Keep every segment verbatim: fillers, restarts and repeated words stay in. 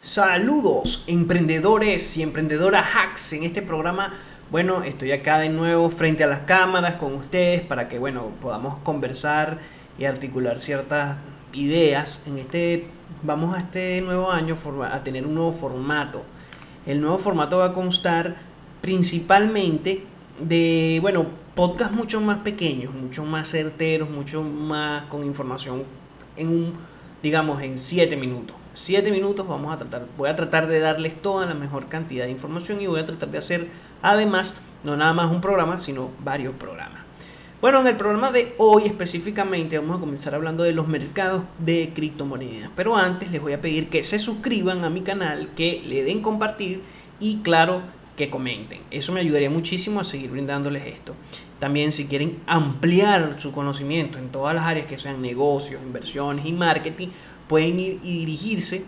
Saludos emprendedores y emprendedoras hacks. En este programa, bueno, estoy acá de nuevo frente a las cámaras con ustedes para que, bueno, podamos conversar y articular ciertas ideas. En este, vamos a este nuevo año forma- a tener un nuevo formato. El nuevo formato va a constar principalmente de, bueno, podcasts mucho más pequeños, mucho más certeros, mucho más con información en un, digamos, en siete minutos. Siete minutos vamos a tratar, voy a tratar de darles toda la mejor cantidad de información y voy a tratar de hacer además no nada más un programa, sino varios programas. Bueno, en el programa de hoy específicamente vamos a comenzar hablando de los mercados de criptomonedas. Pero antes les voy a pedir que se suscriban a mi canal, que le den compartir y claro, que comenten. Eso me ayudaría muchísimo a seguir brindándoles esto. También si quieren ampliar su conocimiento en todas las áreas que sean negocios, inversiones y marketing, pueden ir y dirigirse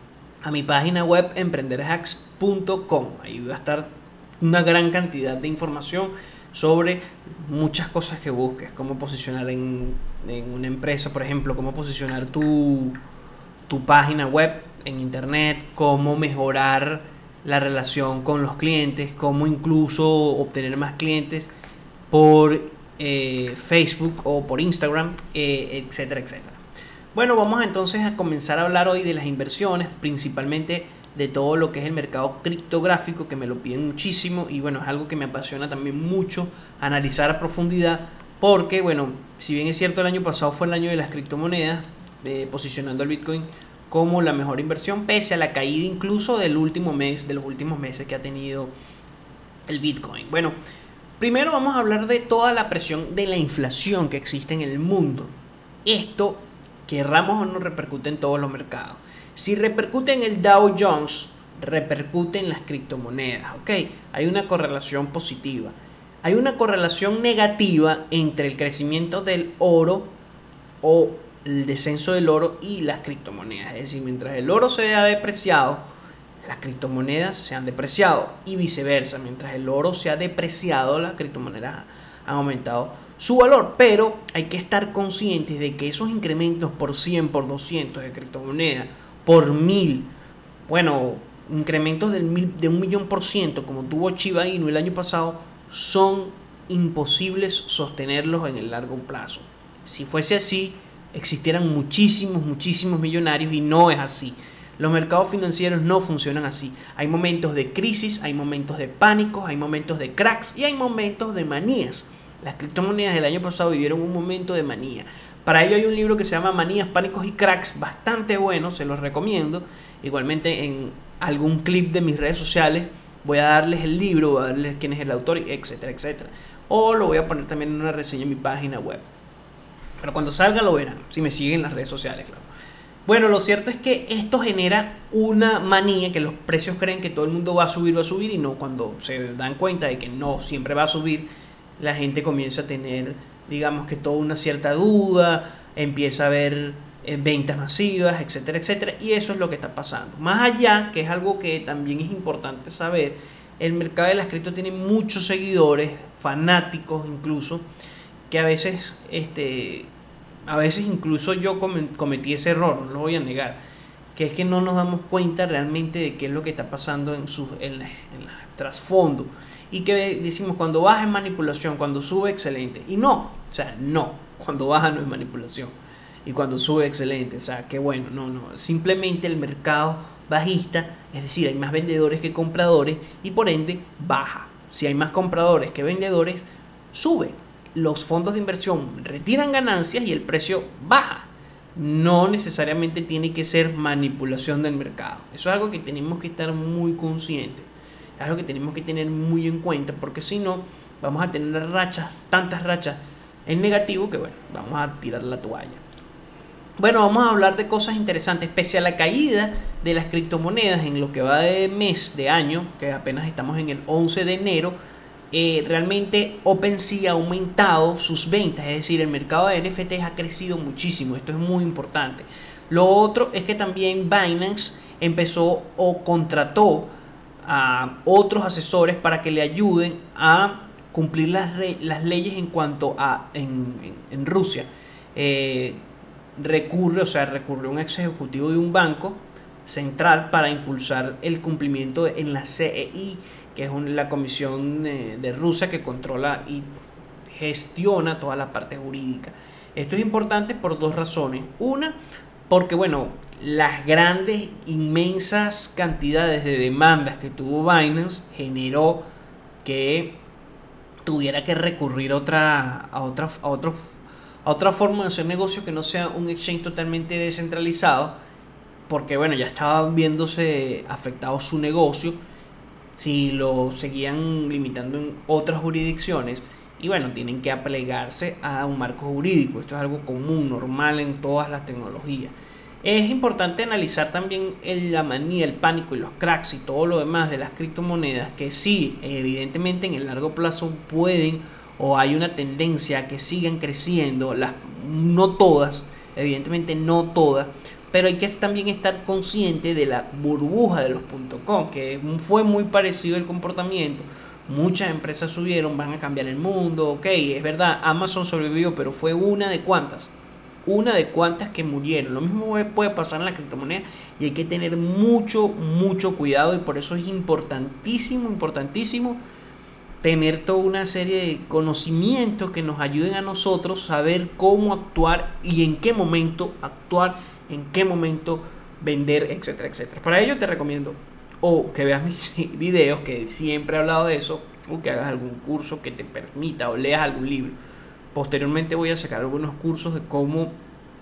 a mi página web emprender hacks punto com. Ahí va a estar una gran cantidad de información sobre muchas cosas que busques, cómo posicionar en, en una empresa, por ejemplo, cómo posicionar tu, tu página web en internet, cómo mejorar la relación con los clientes, cómo incluso obtener más clientes por eh, Facebook o por Instagram, eh, etcétera, etcétera. Bueno, vamos entonces a comenzar a hablar hoy de las inversiones, principalmente de todo lo que es el mercado criptográfico, que me lo piden muchísimo y bueno, es algo que me apasiona también mucho analizar a profundidad, porque bueno, si bien es cierto el año pasado fue el año de las criptomonedas, eh, posicionando el Bitcoin como la mejor inversión, pese a la caída incluso del último mes, de los últimos meses que ha tenido el Bitcoin. Bueno, primero vamos a hablar de toda la presión de la inflación que existe en el mundo. Esto, querramos o no, repercute en todos los mercados. Si repercute en el Dow Jones, repercute en las criptomonedas, ¿ok? Hay una correlación positiva. Hay una correlación negativa entre el crecimiento del oro o el descenso del oro y las criptomonedas. Es decir, mientras el oro se ha depreciado, las criptomonedas se han depreciado y viceversa. Mientras el oro se ha depreciado, las criptomonedas han aumentado su valor. Pero hay que estar conscientes de que esos incrementos por cien, por doscientos de criptomonedas, por mil, bueno, incrementos del mil, de un millón por ciento, como tuvo Shiba Inu el año pasado, son imposibles sostenerlos en el largo plazo. Si fuese así, existieran muchísimos, muchísimos millonarios y no es así. Los mercados financieros no funcionan así. Hay momentos de crisis, hay momentos de pánicos, hay momentos de cracks y hay momentos de manías. Las criptomonedas del año pasado vivieron un momento de manía. Para ello hay un libro que se llama Manías, Pánicos y Cracks, bastante bueno, se los recomiendo. Igualmente en algún clip de mis redes sociales voy a darles el libro, voy a darles quién es el autor, etcétera, etcétera. O lo voy a poner también en una reseña en mi página web. Pero cuando salga lo verán, si me siguen en las redes sociales, claro. Bueno, lo cierto es que esto genera una manía, que los precios creen que todo el mundo va a subir, va a subir, y no, cuando se dan cuenta de que no siempre va a subir, la gente comienza a tener, digamos que toda una cierta duda, empieza a haber eh, ventas masivas, etcétera, etcétera, y eso es lo que está pasando. Más allá, que es algo que también es importante saber, el mercado de las cripto tiene muchos seguidores, fanáticos incluso, que a veces este a veces incluso yo cometí ese error, no lo voy a negar, que es que no nos damos cuenta realmente de qué es lo que está pasando en su en la, en la trasfondo, y que decimos cuando baja es manipulación, cuando sube excelente, y no, o sea, no, cuando baja no es manipulación y cuando sube excelente, o sea, que bueno, no, no, simplemente el mercado bajista, es decir, hay más vendedores que compradores y por ende baja. Si hay más compradores que vendedores, sube. Los fondos de inversión retiran ganancias y el precio baja. No necesariamente tiene que ser manipulación del mercado. Eso es algo que tenemos que estar muy conscientes. Es algo que tenemos que tener muy en cuenta, porque si no, vamos a tener rachas, tantas rachas en negativo que bueno, vamos a tirar la toalla. Bueno, vamos a hablar de cosas interesantes. Pese a la caída de las criptomonedas en lo que va de mes, de año, que apenas estamos en el once de enero, eh, realmente OpenSea ha aumentado sus ventas, es decir, el mercado de N F Ts ha crecido muchísimo. Esto es muy importante. Lo otro es que también Binance empezó o contrató a otros asesores para que le ayuden a cumplir las, re las leyes en cuanto a en, en, en Rusia. Eh, recurre, o sea, recurrió un ex ejecutivo de un banco central para impulsar el cumplimiento en la C E I, que es un, la comisión de, de Rusia que controla y gestiona toda la parte jurídica. Esto es importante por dos razones. Una, porque bueno, las grandes, inmensas cantidades de demandas que tuvo Binance generó que tuviera que recurrir a otra, a otra, a otro, a otra forma de hacer negocio que no sea un exchange totalmente descentralizado, porque bueno, ya estaba viéndose afectado su negocio si lo seguían limitando en otras jurisdicciones. Y bueno, tienen que aplegarse a un marco jurídico. Esto es algo común, normal en todas las tecnologías. Es importante analizar también el, la manía, el pánico y los cracks y todo lo demás de las criptomonedas, que sí, evidentemente en el largo plazo pueden o hay una tendencia a que sigan creciendo, las, no todas, evidentemente no todas, pero hay que también estar consciente de la burbuja de los .com, que fue muy parecido el comportamiento. Muchas empresas subieron, van a cambiar el mundo, ok, es verdad, Amazon sobrevivió, pero fue una de cuantas, una de cuantas que murieron. Lo mismo puede pasar en la criptomoneda y hay que tener mucho, mucho cuidado, y por eso es importantísimo, importantísimo tener toda una serie de conocimientos que nos ayuden a nosotros saber cómo actuar y en qué momento actuar, en qué momento vender, etcétera, etcétera. Para ello te recomiendo o que veas mis videos, que siempre he hablado de eso, o que hagas algún curso que te permita, o leas algún libro. Posteriormente voy a sacar algunos cursos de cómo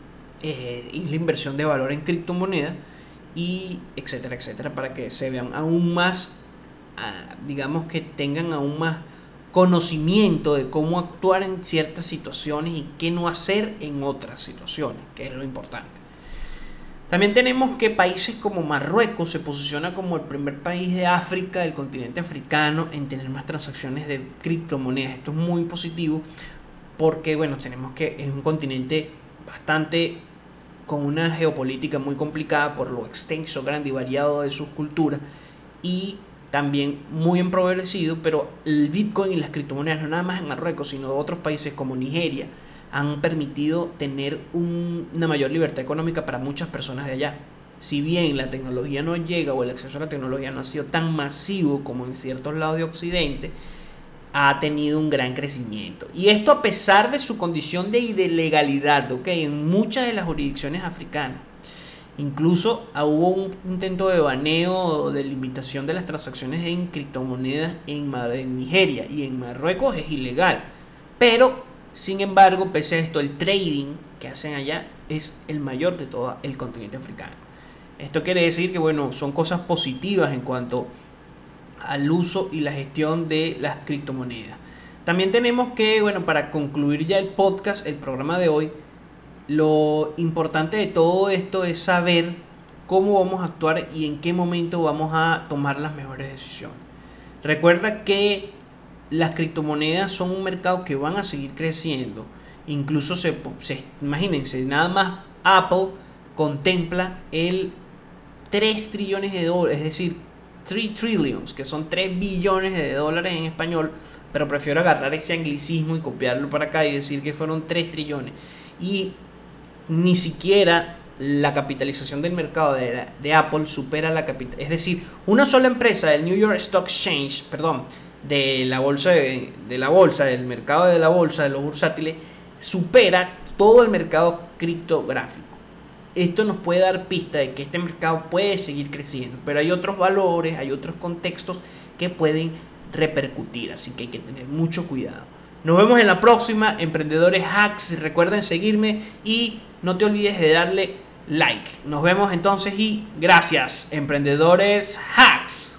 eh, es la inversión de valor en criptomonedas, y etcétera, etcétera, para que se vean aún más, ah, digamos que tengan aún más conocimiento de cómo actuar en ciertas situaciones y qué no hacer en otras situaciones, que es lo importante. También tenemos que países como Marruecos se posiciona como el primer país de África, del continente africano, en tener más transacciones de criptomonedas. Esto es muy positivo porque, bueno, tenemos que es un continente bastante con una geopolítica muy complicada por lo extenso, grande y variado de sus culturas, y también muy empobrecido, pero el Bitcoin y las criptomonedas, no nada más en Marruecos, sino de otros países como Nigeria, han permitido tener un, una mayor libertad económica para muchas personas de allá. Si bien la tecnología no llega, o el acceso a la tecnología no ha sido tan masivo como en ciertos lados de Occidente, ha tenido un gran crecimiento. Y esto a pesar de su condición de ilegalidad, ¿ok? En muchas de las jurisdicciones africanas. Incluso hubo un intento de baneo o de limitación de las transacciones en criptomonedas en, en Nigeria, y en Marruecos es ilegal. Pero sin embargo, pese a esto, el trading que hacen allá es el mayor de todo el continente africano. Esto quiere decir que, bueno, son cosas positivas en cuanto al uso y la gestión de las criptomonedas. También tenemos que, bueno, para concluir ya el podcast, el programa de hoy, lo importante de todo esto es saber cómo vamos a actuar y en qué momento vamos a tomar las mejores decisiones. Recuerda que las criptomonedas son un mercado que van a seguir creciendo. Incluso se, se imagínense, nada más Apple contempla el tres trillones de dólares, es decir, tres trillions, que son tres billones de dólares en español, pero prefiero agarrar ese anglicismo y copiarlo para acá y decir que fueron tres trillones. Y ni siquiera la capitalización del mercado de, de Apple supera la capital, es decir, una sola empresa del New York Stock Exchange, perdón, de la bolsa de, de la bolsa del mercado de la bolsa de los bursátiles supera todo el mercado criptográfico. Esto nos puede dar pista de que este mercado puede seguir creciendo, pero hay otros valores, hay otros contextos que pueden repercutir, así que hay que tener mucho cuidado. Nos vemos en la próxima, Emprendedores Hacks. Recuerden seguirme y no te olvides de darle like. Nos vemos entonces y gracias, Emprendedores Hacks.